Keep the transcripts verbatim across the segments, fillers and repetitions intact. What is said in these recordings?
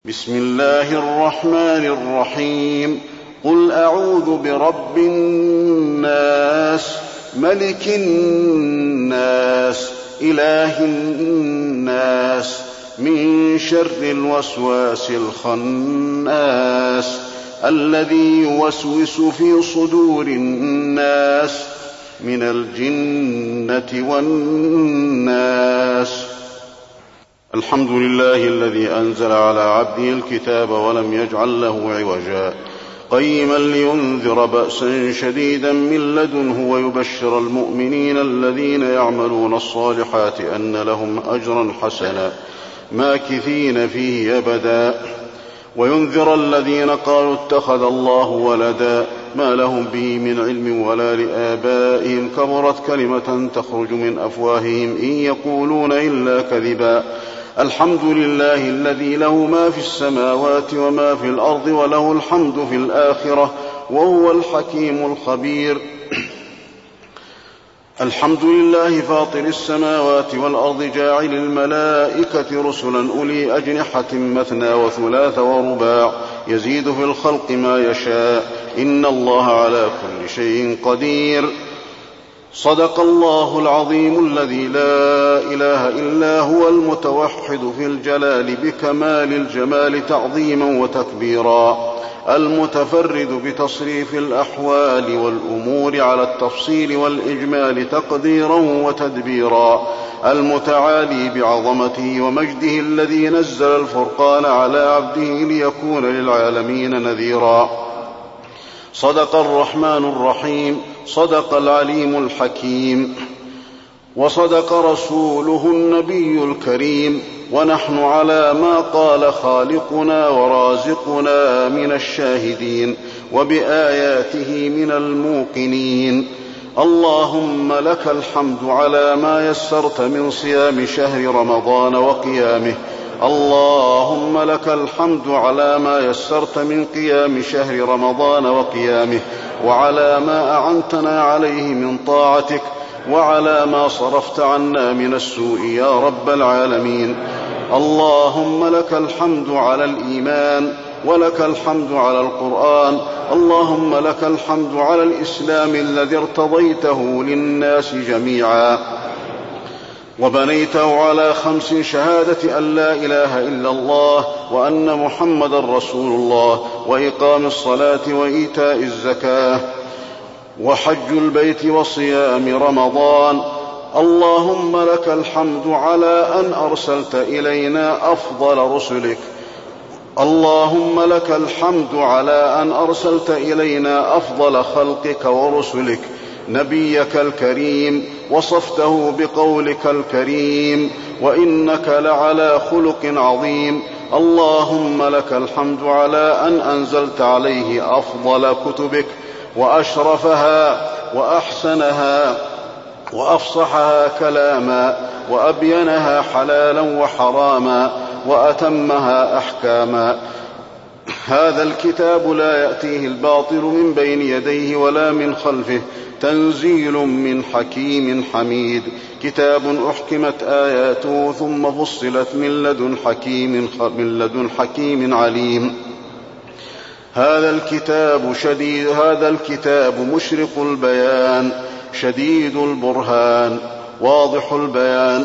بسم الله الرحمن الرحيم. قل أعوذ برب الناس ملك الناس إله الناس من شر الوسواس الخناس الذي يوسوس في صدور الناس من الجنة والناس. الحمد لله الذي أنزل على عبده الكتاب ولم يجعل له عوجا قيما لينذر بأسا شديدا من لدنه ويبشر المؤمنين الذين يعملون الصالحات أن لهم أجرا حسنا ماكثين فيه أبدا وينذر الذين قالوا اتخذ الله ولدا ما لهم به من علم ولا لآبائهم كبرت كلمة تخرج من أفواههم إن يقولون إلا كذبا. الحمد لله الذي له ما في السماوات وما في الأرض وله الحمد في الآخرة وهو الحكيم الخبير. الحمد لله فاطر السماوات والأرض جاعل الملائكة رسلا أولي أجنحة مثنى وثلاث ورباع يزيد في الخلق ما يشاء إن الله على كل شيء قدير. صدق الله العظيم الذي لا إله إلا هو المتوحد في الجلال بكمال الجمال تعظيما وتكبيرا المتفرد بتصريف الأحوال والأمور على التفصيل والإجمال تقديرا وتدبيرا المتعالي بعظمته ومجده الذي نزل الفرقان على عبده ليكون للعالمين نذيرا. صدق الرحمن الرحيم صدق العليم الحكيم وصدق رسوله النبي الكريم ونحن على ما قال خالقنا ورازقنا من الشاهدين وبآياته من الموقنين. اللهم لك الحمد على ما يسرت من صيام شهر رمضان وقيامه. اللهم لك الحمد على ما يسرت من قيام شهر رمضان وقيامه وعلى ما أعنتنا عليه من طاعتك وعلى ما صرفت عنا من السوء يا رب العالمين. اللهم لك الحمد على الإيمان ولك الحمد على القرآن. اللهم لك الحمد على الإسلام الذي ارتضيته للناس جميعا وبنيته على خمس شهادة أن لا إله إلا الله وأن محمدا رسول الله وإقام الصلاة وإيتاء الزكاة وحج البيت وصيام رمضان. اللهم لك الحمد على أن أرسلت إلينا أفضل رسلك. اللهم لك الحمد على أن أرسلت إلينا أفضل خلقك ورسلك نبيك الكريم وصفته بقولك الكريم وإنك لعلى خلق عظيم. اللهم لك الحمد على أن أنزلت عليه أفضل كتبك وأشرفها وأحسنها وأفصحها كلاما وأبينها حلالا وحراما وأتمها أحكاما. هذا الكتاب لا يأتيه الباطل من بين يديه ولا من خلفه تنزيل من حكيم حميد. كتاب أحكمت آياته ثم فصلت من لدن حكيم, من لدن حكيم عليم. هذا الكتاب شديد هذا الكتاب مشرق البيان شديد البرهان واضح البيان.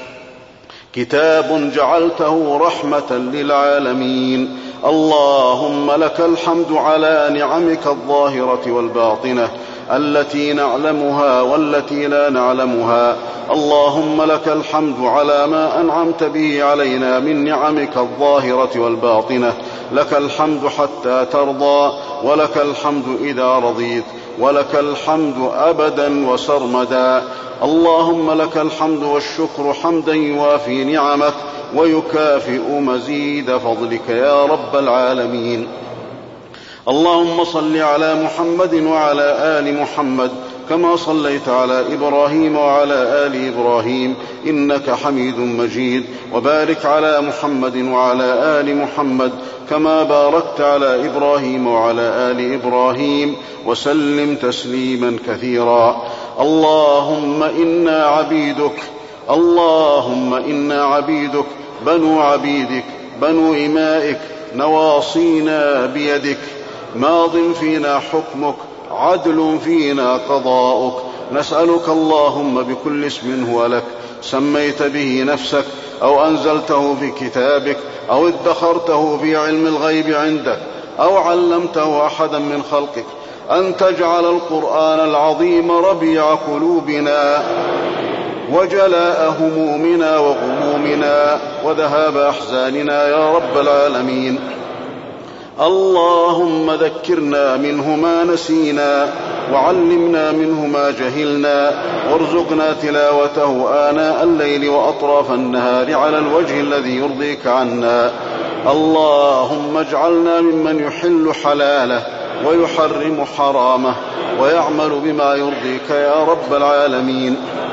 كتاب جعلته رحمة للعالمين. اللهم لك الحمد على نعمك الظاهرة والباطنة التي نعلمها والتي لا نعلمها. اللهم لك الحمد على ما أنعمت به علينا من نعمك الظاهرة والباطنة. لك الحمد حتى ترضى ولك الحمد إذا رضيت ولك الحمد أبدا وسرمدا. اللهم لك الحمد والشكر حمدا يوافي نعمك ويكافئ مزيد فضلك يا رب العالمين. اللهم صل على محمد وعلى آل محمد كما صليت على إبراهيم وعلى آل إبراهيم إنك حميد مجيد وبارك على محمد وعلى آل محمد كما باركت على إبراهيم وعلى آل إبراهيم وسلم تسليما كثيرا. اللهم إنا عبيدك اللهم إنا عبيدك بنو عبيدك بنو إمائك نواصينا بيدك، ماض فينا حكمك، عدل فينا قضاؤك. نسألك اللهم بكل اسم هو لك سميت به نفسك أو أنزلته في كتابك أو ادخرته في علم الغيب عندك أو علمته أحدا من خلقك، أن تجعل القرآن العظيم ربيع قلوبنا وجلاء همومنا وغمومنا وذهاب أحزاننا يا رب العالمين. اللهم ذكرنا منه ما نسينا وعلمنا منه ما جهلنا، وارزقنا تلاوته آناء الليل وأطراف النهار على الوجه الذي يرضيك عنا. اللهم اجعلنا ممن يحل حلاله ويحرم حرامه ويعمل بما يرضيك يا رب العالمين.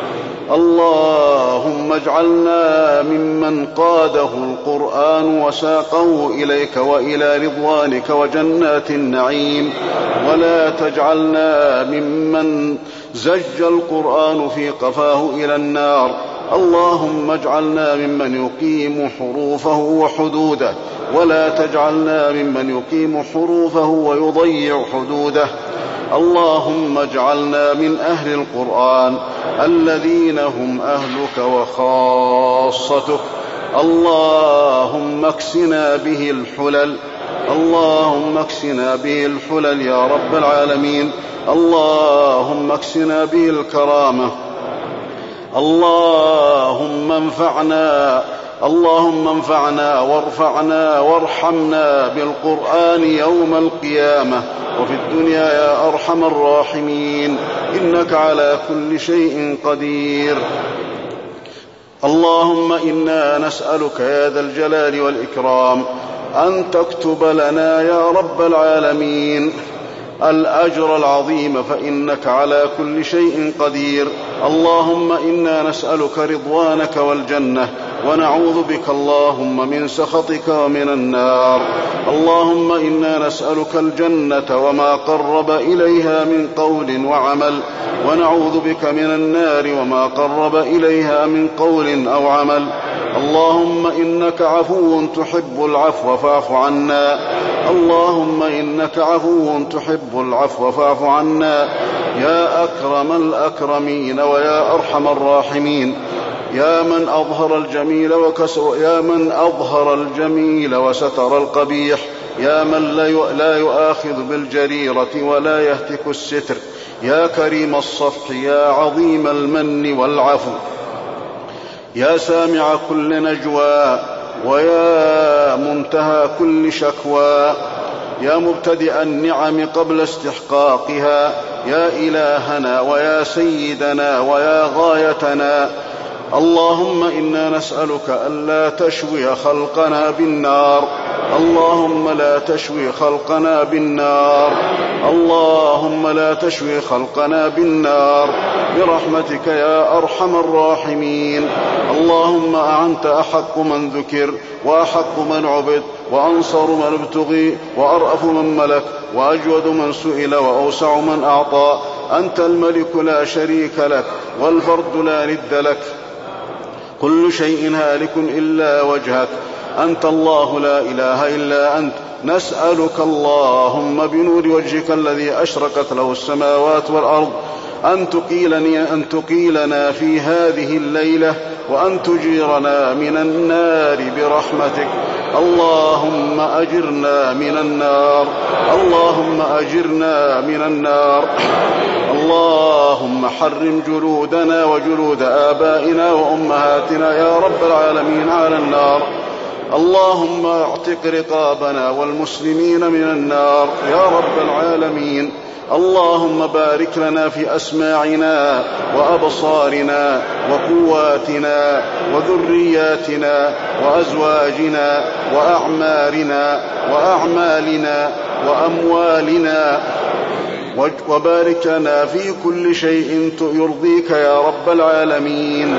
اللهم اجعلنا ممن قاده القرآن وساقه إليك وإلى رضوانك وجنات النعيم، ولا تجعلنا ممن زج القرآن في قفاه إلى النار. اللهم اجعلنا ممن يقيم حروفه وحدوده، ولا تجعلنا ممن يقيم حروفه ويضيع حدوده. اللهم اجعلنا من أهل القرآن الذين هم أهلك وخاصتك. اللهم اكسنا به الحلل، اللهم اكسنا به الحلل يا رب العالمين. اللهم اكسنا به الكرامة. اللهم انفعنا اللهم انفعنا وارفعنا وارحمنا بالقرآن يوم القيامة وفي الدنيا يا أرحم الراحمين، إنك على كل شيء قدير. اللهم إنا نسألك يا ذا الجلال والإكرام أن تكتب لنا يا رب العالمين الأجر العظيم، فإنك على كل شيء قدير. اللهم إنا نسألك رضوانك والجنة، ونعوذ بك اللهم من سخطك ومن النار. اللهم إنا نسألك الجنة وما قرب إليها من قول وعمل، ونعوذ بك من النار وما قرب إليها من قول أو عمل. اللهم إنك عفو تحب العفو فاعف عنا. اللهم إنك عفو تحب العفو فاعف عنا يا أكرم الأكرمين ويا أرحم الراحمين، يا من أظهر الجميل وكسر يا من أظهر الجميل وستر القبيح، يا من لا يؤاخذ بالجريرة ولا يهتك الستر، يا كريم الصفح، يا عظيم المن والعفو، يا سامع كل نجوى ويا منتهى كل شكوى، يا مبتدئ النعم قبل استحقاقها، يا إلهنا ويا سيدنا ويا غايتنا. اللهم إنا نسألك ألا تشوي خلقنا بالنار، اللهم لا تشوي خلقنا بالنار، اللهم لا تشوي خلقنا بالنار برحمتك يا أرحم الراحمين. اللهم أنت أحق من ذكر وأحق من عبد وأنصر من ابتغي وأرأف من ملك وأجود من سئل وأوسع من أعطى. أنت الملك لا شريك لك والفرد لا ند لك، كل شيء هالك إلا وجهك، أنت الله لا إله إلا أنت. نسألك اللهم بنور وجهك الذي أشرقت له السماوات والأرض أن تقيلني أن تقيلنا في هذه الليلة وأن تجيرنا من النار برحمتك. اللهم أجرنا من النار، اللهم أجرنا من النار. اللهم حرم جلودنا وجلود آبائنا وأمهاتنا يا رب العالمين على النار. اللهم اعتق رقابنا والمسلمين من النار يا رب العالمين. اللهم بارك لنا في أسماعنا وأبصارنا وقواتنا وذرياتنا وأزواجنا وأعمارنا وأعمالنا وأموالنا، وبارك لنا في كل شيء يرضيك يا رب العالمين.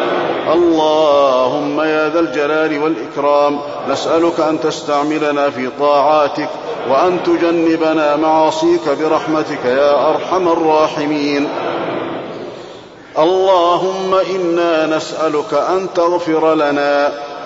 اللهم يا ذا الجلال والإكرام نسألك أن تستعملنا في طاعاتك وأن تجنبنا معاصيك برحمتك يا أرحم الراحمين. اللهم إنا نسألك أن تغفر لنا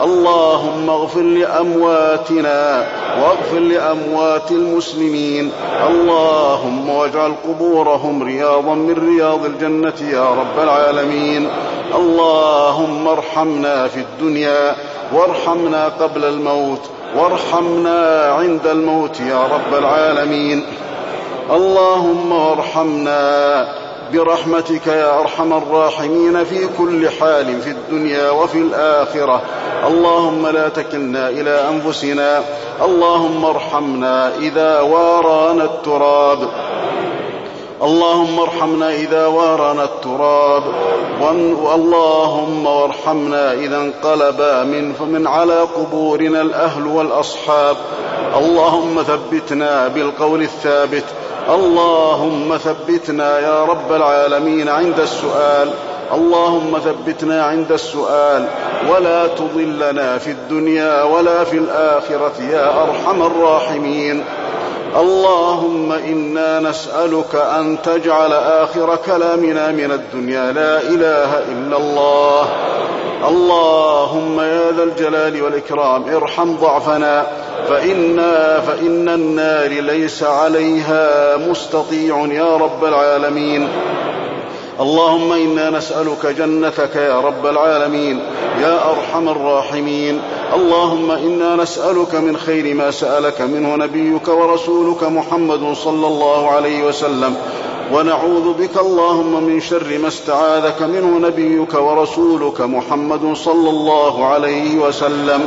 اللهم اغفر لأمواتنا واغفر لأموات المسلمين. اللهم واجعل قبورهم رياضا من رياض الجنة يا رب العالمين. اللهم ارحمنا في الدنيا وارحمنا قبل الموت وارحمنا عند الموت يا رب العالمين. اللهم وارحمنا برحمتك يا أرحم الراحمين في كل حال في الدنيا وفي الآخرة. اللهم لا تكلنا إلى أنفسنا. اللهم ارحمنا إذا وارانا التراب. اللهم ارحمنا إذا وارانا التراب. اللهم وارحمنا إذا انقلب من فمن على قبورنا الأهل والأصحاب. اللهم ثبتنا بالقول الثابت. اللهم ثبتنا يا رب العالمين عند السؤال. اللهم ثبتنا عند السؤال ولا تضلنا في الدنيا ولا في الآخرة يا أرحم الراحمين. اللهم إنا نسألك أن تجعل آخر كلامنا من الدنيا لا إله إلا الله. اللهم يا ذا الجلال والإكرام ارحم ضعفنا فإنا فإن النار ليس عليها مستطيع يا رب العالمين. اللهم إنا نسألك جنتك يا رب العالمين يا أرحم الراحمين. اللهم إنا نسألك من خير ما سألك منه نبيك ورسولك محمد صلى الله عليه وسلم، ونعوذ بك اللهم من شر ما استعاذك منه نبيك ورسولك محمد صلى الله عليه وسلم.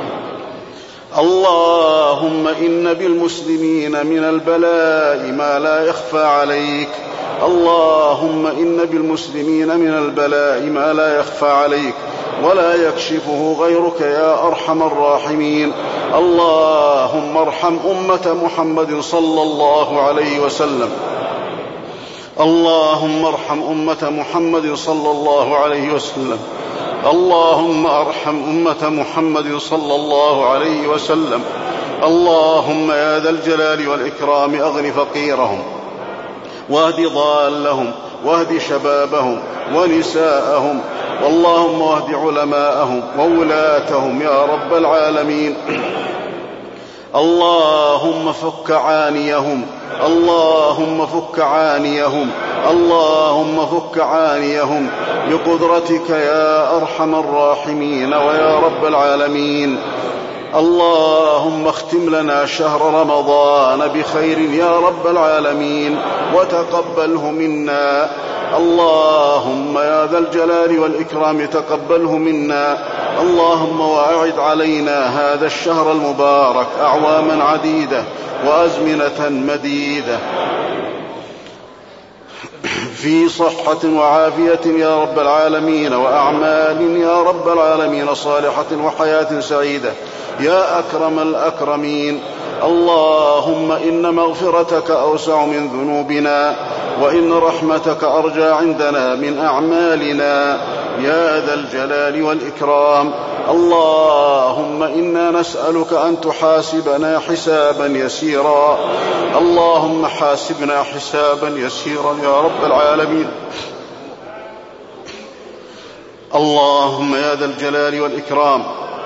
اللهم إن بالمسلمين من البلاء ما لا يخفى عليك. اللهم إن بالمسلمين من البلاء ما لا يخفى عليك ولا يكشفه غيرك يا أرحم الراحمين. اللهم ارحم أمة محمد صلى الله عليه وسلم. اللهم ارحم أمة محمد صلى الله عليه وسلم. اللهم ارحم أمة محمد صلى الله عليه وسلم. اللهم يا ذا الجلال والإكرام أغن فقيرهم واهد ضالهم واهد شبابهم ونساءهم. اللهم واهد علماءهم وولاتهم يا رب العالمين. اللهم فك عانيهم. اللهم فك عانيهم. اللهم فك عانيهم بقدرتك يا أرحم الراحمين ويا رب العالمين. اللهم اختم لنا شهر رمضان بخير يا رب العالمين وتقبله منا. اللهم يا ذا الجلال والإكرام تقبله منا. اللهم واعد علينا هذا الشهر المبارك أعواما عديدة وأزمنة مديدة في صحة وعافية يا رب العالمين، وأعمال يا رب العالمين صالحة وحياة سعيدة يا أكرم الأكرمين. اللهم إن مغفرتك أوسع من ذنوبنا وإن رحمتك أرجى عندنا من أعمالنا يا ذا الجلال والإكرام. اللهم إنا نسألك أن تحاسبنا حسابا يسيرا. اللهم حاسبنا حسابا يسيرا يا رب العالمين. اللهم يا ذا الجلال والإكرام.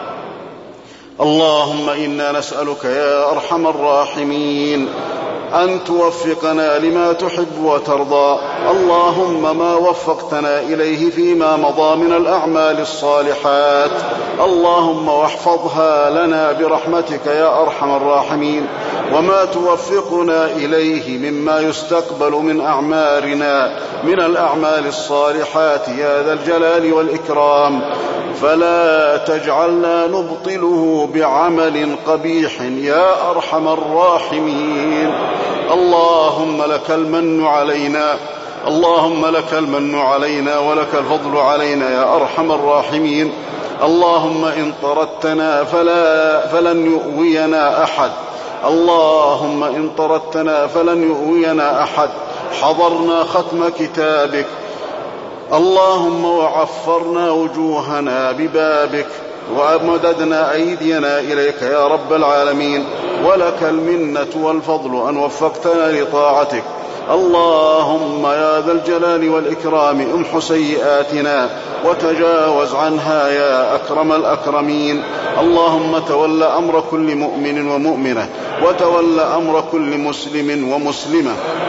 اللهم إنا نسألك يا أرحم الراحمين أن توفقنا لما تحب وترضى. اللهم ما وفقتنا إليه فيما مضى من الأعمال الصالحات اللهم واحفظها لنا برحمتك يا أرحم الراحمين، وما توفقنا إليه مما يستقبل من أعمارنا من الأعمال الصالحات يا ذا الجلال والإكرام، فلا تجعلنا نبطله بعمل قبيح يا أرحم الراحمين. اللهم لك المن علينا اللهم لك المن علينا ولك الفضل علينا يا أرحم الراحمين. اللهم إن طردتنا فلا فلن يؤوينا أحد. اللهم إن طردتنا فلن يؤوينا أحد. حضرنا ختم كتابك اللهم وعفرنا وجوهنا ببابك. ومددنا أيدينا إليك يا رب العالمين، ولك المنة والفضل أن وفقتنا لطاعتك. اللهم يا ذا الجلال والإكرام امح سيئاتنا وتجاوز عنها يا أكرم الأكرمين. اللهم تول أمر كل مؤمن ومؤمنة، وتول أمر كل مسلم ومسلمة.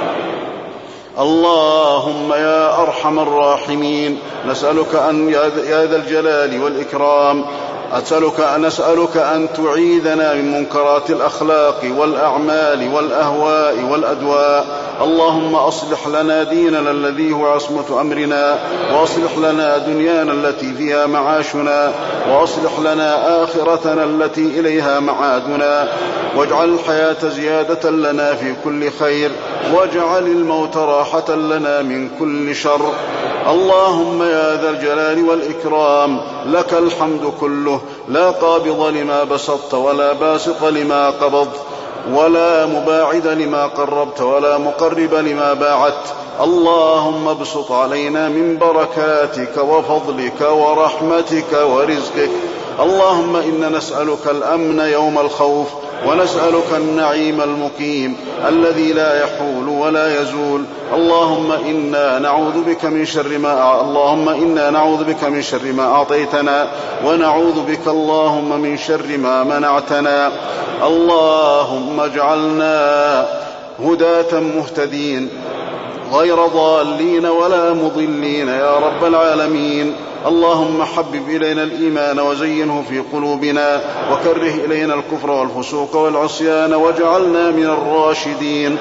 اللهم يا أرحم الراحمين نسألك أن يا ذا الجلال والإكرام أسألك أن نسألك أن تعيذنا من منكرات الأخلاق والأعمال والأهواء والأدواء. اللهم أصلح لنا ديننا الذي هو عصمة أمرنا، وأصلح لنا دنيانا التي فيها معاشنا، وأصلح لنا آخرتنا التي إليها معادنا، واجعل الحياة زيادة لنا في كل خير، واجعل الموت راحة لنا من كل شر. اللهم يا ذا الجلال والإكرام لك الحمد كله، لا قابض لما بسطت ولا باسط لما قبضت، ولا مباعد لما قربت ولا مقرب لما باعدت. اللهم ابسط علينا من بركاتك وفضلك ورحمتك ورزقك. اللهم إنا نسألك الأمن يوم الخوف، ونسألك النعيم المقيم الذي لا يحول ولا يزول. اللهم إنا نعوذ بك من شر ما اللهم إنا نعوذ بك من شر ما أعطيتنا، ونعوذ بك اللهم من شر ما منعتنا. اللهم اجعلنا هداة مهتدين غير ضالين ولا مضلين يا رب العالمين. اللهم حبب إلينا الإيمان وزينه في قلوبنا، وكره إلينا الكفر والفسوق والعصيان واجعلنا من الراشدين.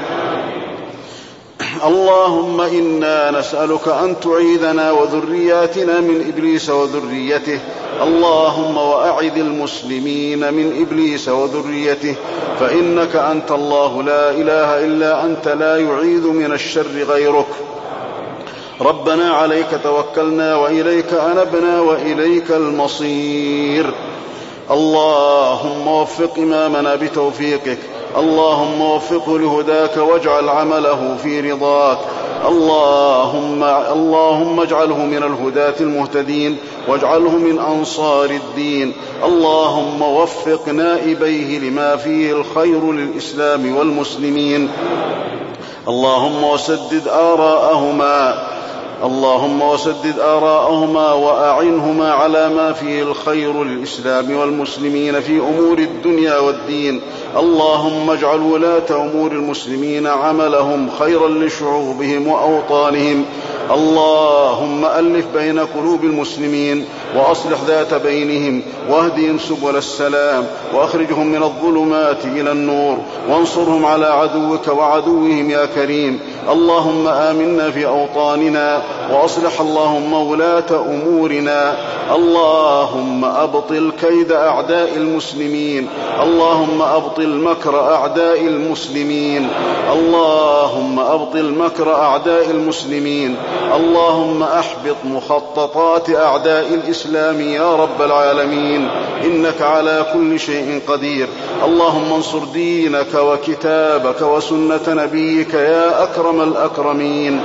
اللهم إنا نسألك أن تعيذنا وذرياتنا من إبليس وذريته. اللهم وأعذ المسلمين من إبليس وذريته، فإنك أنت الله لا إله إلا أنت، لا يعيذ من الشر غيرك. ربنا عليك توكلنا وإليك أنبنا وإليك المصير. اللهم وفق إمامنا بتوفيقك، اللهم وفقه لهداك واجعل عمله في رضاك. اللهم, اللهم اجعله من الهداة المهتدين، واجعله من أنصار الدين. اللهم وفق نائبيه لما فيه الخير للإسلام والمسلمين. اللهم وسدد آراءهما اللهم وسدد آراءهما وأعنهما على ما فيه الخير للإسلام والمسلمين في أمور الدنيا والدين. اللهم اجعل ولاة أمور المسلمين عملهم خيرا لشعوبهم وأوطانهم. اللهم ألف بين قلوب المسلمين وأصلح ذات بينهم، واهدهم سبل السلام، وأخرجهم من الظلمات إلى النور، وانصرهم على عدوك وعدوهم يا كريم. اللهم آمنا في أوطاننا، وأصلح اللهم ولاة أمورنا. اللهم أبطل كيد أعداء المسلمين، اللهم أبطل مكر أعداء المسلمين، اللهم أبطل مكر أعداء المسلمين. اللهم أحبط مخططات أعداء الإسلام يا رب العالمين، إنك على كل شيء قدير. اللهم انصر دينك وكتابك وسنة نبيك يا أكرم الأكرمين.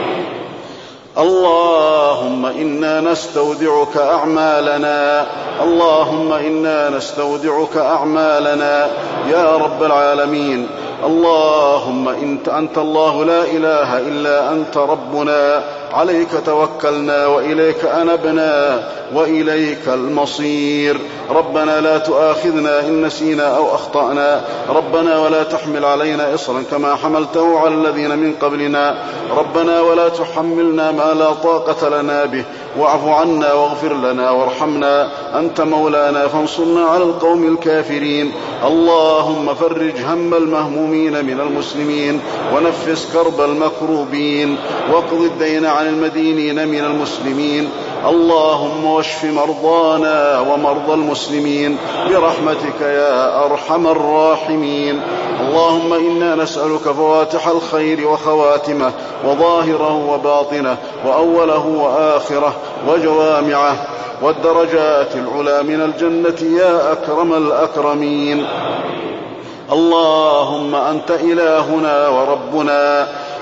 اللهم إنا نستودعك أعمالنا اللهم إنا نستودعك أعمالنا يا رب العالمين. اللهم إنت أنت الله لا إله إلا أنت ربنا، عليك توكلنا وإليك أنبنا وإليك المصير. ربنا لا تؤاخذنا إن نسينا أو أخطأنا، ربنا ولا تحمل علينا إصرا كما حملته على الذين من قبلنا، ربنا ولا تحملنا ما لا طاقة لنا به، واعف عنا واغفر لنا وارحمنا، أنت مولانا فانصرنا على القوم الكافرين. اللهم فرج هم المهمومين من المسلمين، ونفس كرب المكروبين، واقض الدين عن المدينين من المسلمين. اللهم واشف مرضانا ومرضى المسلمين برحمتك يا أرحم الراحمين. اللهم إنا نسألك فواتح الخير وخواتمه، وظاهره وباطنه، وأوله وآخره، وجوامعه، والدرجات العلى من الجنة يا أكرم الأكرمين. اللهم أنت إلهنا وربنا،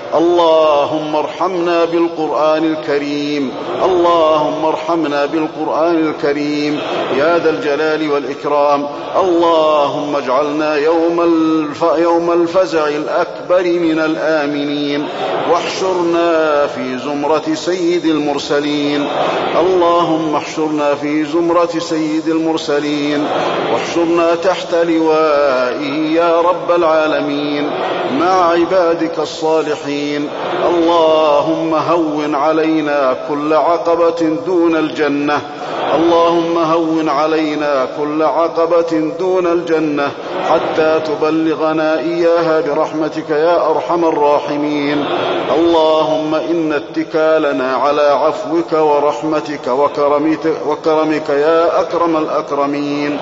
اللهم ارحمنا بالقرآن الكريم اللهم ارحمنا بالقرآن الكريم يا ذا الجلال والإكرام. اللهم اجعلنا يوم الف... يوم الفزع الأكبر من الآمنين، واحشرنا في زمرة سيد المرسلين. اللهم احشرنا في زمرة سيد المرسلين، واحشرنا تحت لوائه يا رب العالمين مع عبادك الصالحين. اللهم هون علينا كل عقبة دون الجنة اللهم هون علينا كل عقبة دون الجنة حتى تبلغنا إياها برحمتك يا أرحم الراحمين. اللهم إن اتكالنا على عفوك ورحمتك وكرمك, وكرمك يا أكرم الأكرمين.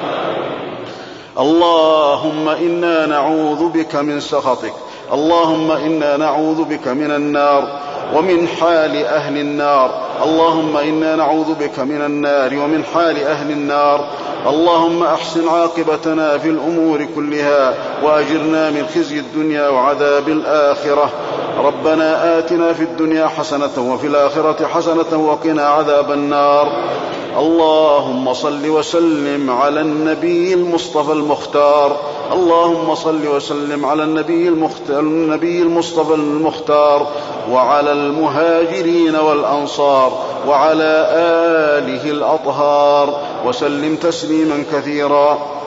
اللهم إنا نعوذ بك من سخطك اللهم إنا نعوذ بك من النار ومن حال أهل النار. اللهم إنا نعوذ بك من النار ومن حال أهل النار. اللهم أحسن عاقبتنا في الأمور كلها وأجرنا من خزي الدنيا وعذاب الآخرة. ربنا آتنا في الدنيا حسنة وفي الآخرة حسنة وقنا عذاب النار. اللهم صل وسلم على النبي المصطفى المختار اللهم صل وسلم على النبي, النبي المصطفى المختار وعلى المهاجرين والأنصار وعلى آله الأطهار وسلم تسليما كثيرا.